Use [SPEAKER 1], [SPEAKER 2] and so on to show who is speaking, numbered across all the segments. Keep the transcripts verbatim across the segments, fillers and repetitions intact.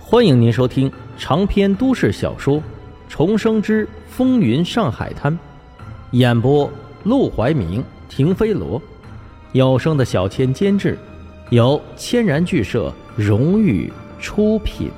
[SPEAKER 1] 欢迎您收听长篇都市小说《重生之风云上海滩》，演播陆怀明、停飞罗，有声的小千监制，由千然剧社荣誉出品。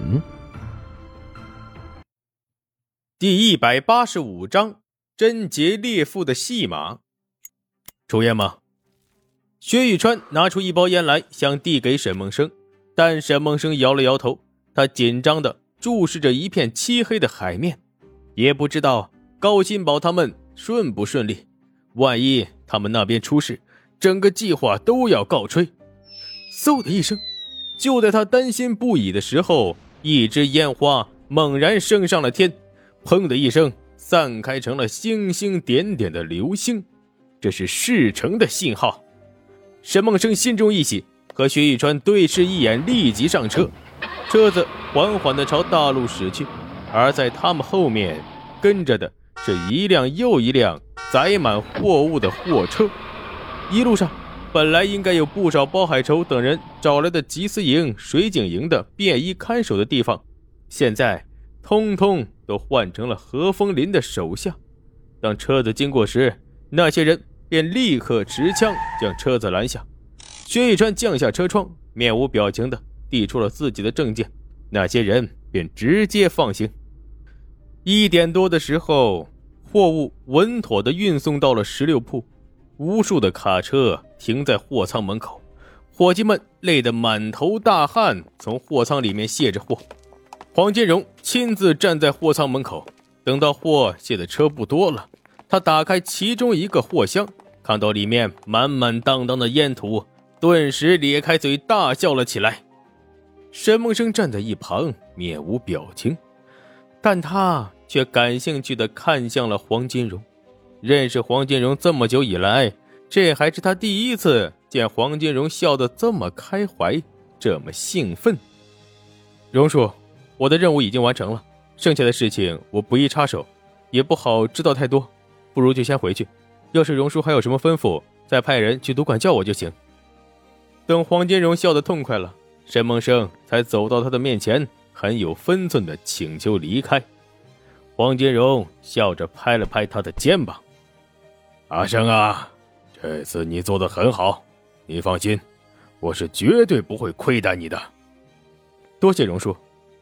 [SPEAKER 2] 第一百八十五章，贞洁烈妇的戏码。抽烟吗？薛玉川拿出一包烟来，想递给沈梦生，但沈梦生摇了摇头，他紧张地注视着一片漆黑的海面，也不知道高新宝他们顺不顺利，万一他们那边出事，整个计划都要告吹。嗖的一声，就在他担心不已的时候，一支烟花猛然升上了天，砰的一声散开成了星星点点的流星，这是事成的信号。沈梦生心中一喜，和薛玉川对视一眼，立即上车。车子缓缓地朝大路驶去，而在他们后面跟着的是一辆又一辆载满货物的货车。一路上本来应该有不少包海仇等人找来的缉私营、水警营的便衣看守的地方，现在通通都换成了何风林的手下。当车子经过时，那些人便立刻持枪将车子拦下。薛玉川降下车窗，面无表情地递出了自己的证件，那些人便直接放行。一点多的时候，货物稳妥地运送到了十六铺，无数的卡车停在货仓门口，伙计们累得满头大汗，从货仓里面卸着货。黄金荣亲自站在货仓门口，等到货卸的车不多了，他打开其中一个货箱，看到里面满满当当的烟土，顿时咧开嘴大笑了起来。沈梦生站在一旁面无表情，但他却感兴趣地看向了黄金荣。认识黄金荣这么久以来，这还是他第一次见黄金荣笑得这么开怀，这么兴奋。荣叔，我的任务已经完成了，剩下的事情我不宜插手，也不好知道太多，不如就先回去，要是荣叔还有什么吩咐，再派人去赌馆叫我就行。等黄金荣笑得痛快了，沈梦生才走到他的面前，很有分寸地请求离开。黄金荣笑着拍了拍他的肩膀，阿生啊，这次你做得很好，你放心，我是绝对不会亏待你的。多谢荣叔。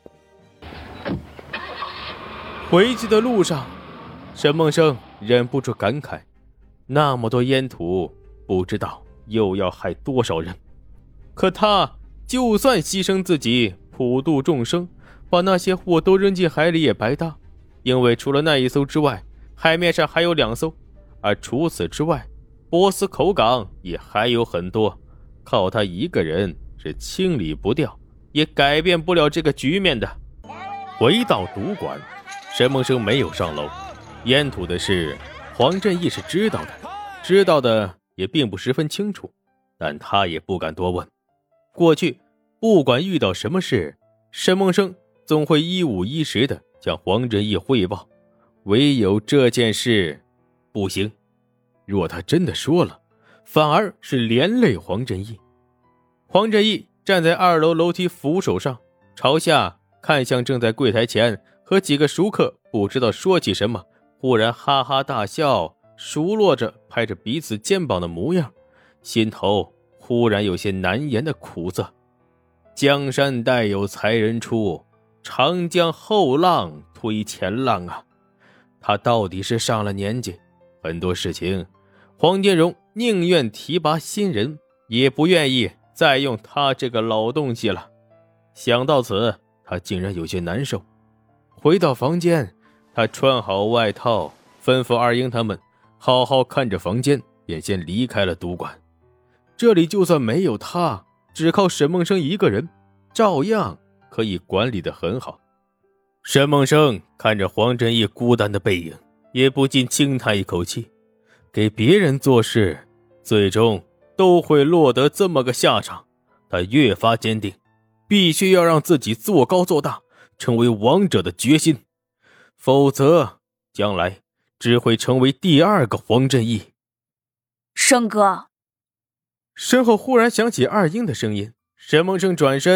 [SPEAKER 2] 回去的路上，沈梦生忍不住感慨，那么多烟土，不知道又要害多少人。可他就算牺牲自己普度众生，把那些货都扔进海里也白搭，因为除了那一艘之外，海面上还有两艘，而除此之外，波斯口港也还有很多，靠他一个人是清理不掉，也改变不了这个局面的。回到赌馆，沈梦生没有上楼，烟土的事黄振义是知道的，知道的也并不十分清楚，但他也不敢多问。过去不管遇到什么事，沈梦生总会一五一十地向黄振义汇报，唯有这件事不行，若他真的说了，反而是连累黄振义。黄振义站在二楼楼梯扶手上，朝下看向正在柜台前和几个熟客不知道说起什么，忽然哈哈大笑，熟络着拍着彼此肩膀的模样，心头忽然有些难言的苦涩。江山代有才人出，长江后浪推前浪啊！他到底是上了年纪，很多事情黄金荣宁愿提拔新人，也不愿意再用他这个老东西了。想到此，他竟然有些难受。回到房间，他穿好外套，吩咐二英他们好好看着房间，便先离开了赌馆。这里就算没有他，只靠沈梦生一个人，照样可以管理得很好。沈梦生看着黄振义孤单的背影，也不禁轻叹一口气，给别人做事，最终都会落得这么个下场。他越发坚定，必须要让自己做高做大，成为王者的决心，否则将来只会成为第二个黄振义。
[SPEAKER 3] 生哥，
[SPEAKER 2] 身后忽然响起二英的声音，沈梦生转身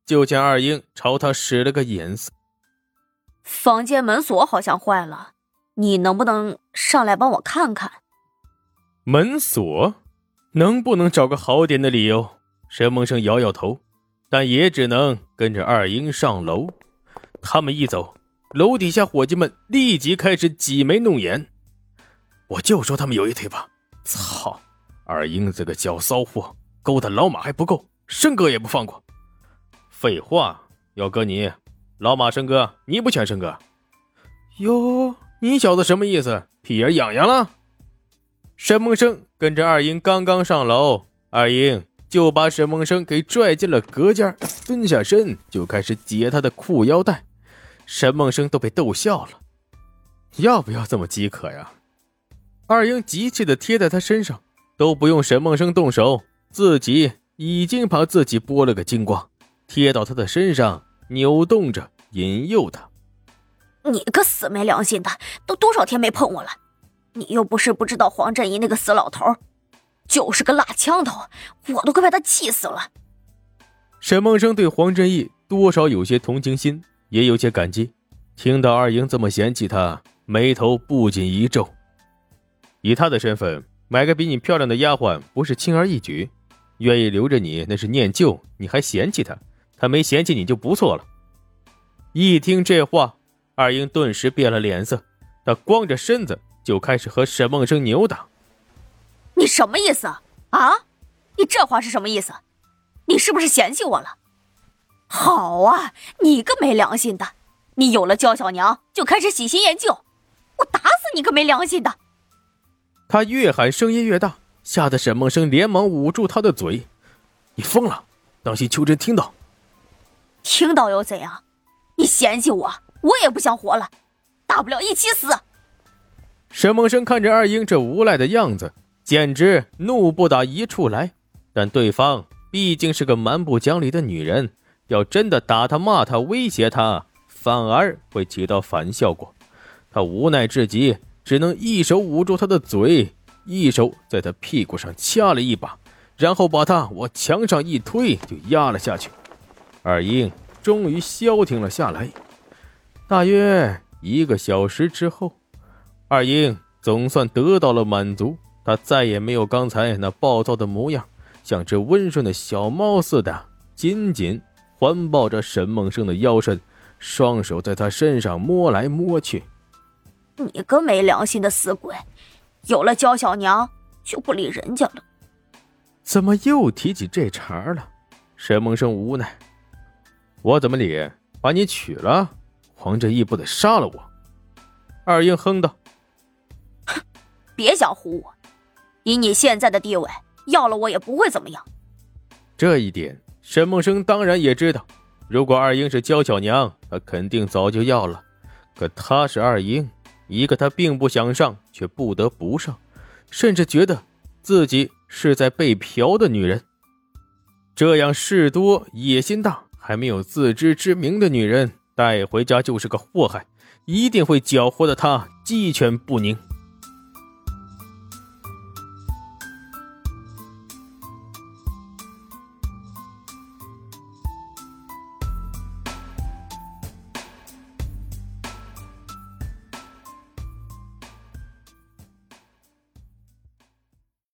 [SPEAKER 2] 就见二英朝他使了个眼色。
[SPEAKER 3] 房间门锁好像坏了，你能不能上来帮我看看？
[SPEAKER 2] 门锁？能不能找个好点的理由？沈梦生摇摇头，但也只能跟着二英上楼。他们一走，楼底下伙计们立即开始挤眉弄眼。我就说他们有一腿吧，操！二英这个小骚货，勾搭老马还不够，生哥也不放过。废话，要搁你，老马生哥，你不选生哥？哟，你小子什么意思？屁眼痒痒了？沈梦生跟着二英刚刚上楼，二英就把沈梦生给拽进了隔间，蹲下身就开始解他的裤腰带。沈梦生都被逗笑了，要不要这么饥渴呀？二英急切地贴在他身上，都不用沈梦生动手，自己已经把自己剥了个精光，贴到他的身上，扭动着引诱他。
[SPEAKER 3] 你个死没良心的，都多少天没碰我了，你又不是不知道黄振义那个死老头就是个辣枪头，我都快把他气死了。
[SPEAKER 2] 沈梦生对黄振义多少有些同情心，也有些感激，听到二英这么嫌弃他，眉头不禁一皱。以他的身份，买个比你漂亮的丫鬟不是轻而易举，愿意留着你那是念旧，你还嫌弃他，他没嫌弃你就不错了。一听这话，二英顿时变了脸色，他光着身子就开始和沈梦生扭打。
[SPEAKER 3] 你什么意思啊？你这话是什么意思？你是不是嫌弃我了？好啊，你个没良心的，你有了娇小娘就开始喜新厌旧，我打死你个没良心的！
[SPEAKER 2] 他越喊声音越大，吓得沈梦生连忙捂住他的嘴。你疯了，当心秋真听到。
[SPEAKER 3] 听到又怎样？你嫌弃我，我也不想活了，大不了一起死。
[SPEAKER 2] 沈梦生看着二英这无赖的样子，简直怒不打一处来，但对方毕竟是个蛮不讲理的女人，要真的打他骂他威胁他，反而会起到反效果。他无奈至极，只能一手捂住他的嘴，一手在他屁股上掐了一把，然后把他往墙上一推，就压了下去。二英终于消停了下来。大约一个小时之后，二英总算得到了满足，他再也没有刚才那暴躁的模样，像只温顺的小猫似的紧紧环抱着沈梦生的腰身，双手在他身上摸来摸去。
[SPEAKER 3] 你个没良心的死鬼，有了娇小娘就不理人家了。
[SPEAKER 2] 怎么又提起这茬了？沈梦生无奈。我怎么理？把你娶了，黄振义不得杀了我？二英哼道。
[SPEAKER 3] 哼，别想唬我，以你现在的地位，要了我也不会怎么样。
[SPEAKER 2] 这一点沈梦生当然也知道，如果二英是娇小娘，他肯定早就要了。可他是二英，一个他并不想上却不得不上，甚至觉得自己是在被嫖的女人。这样事多野心大还没有自知之明的女人，带回家就是个祸害，一定会搅和的他鸡犬不宁。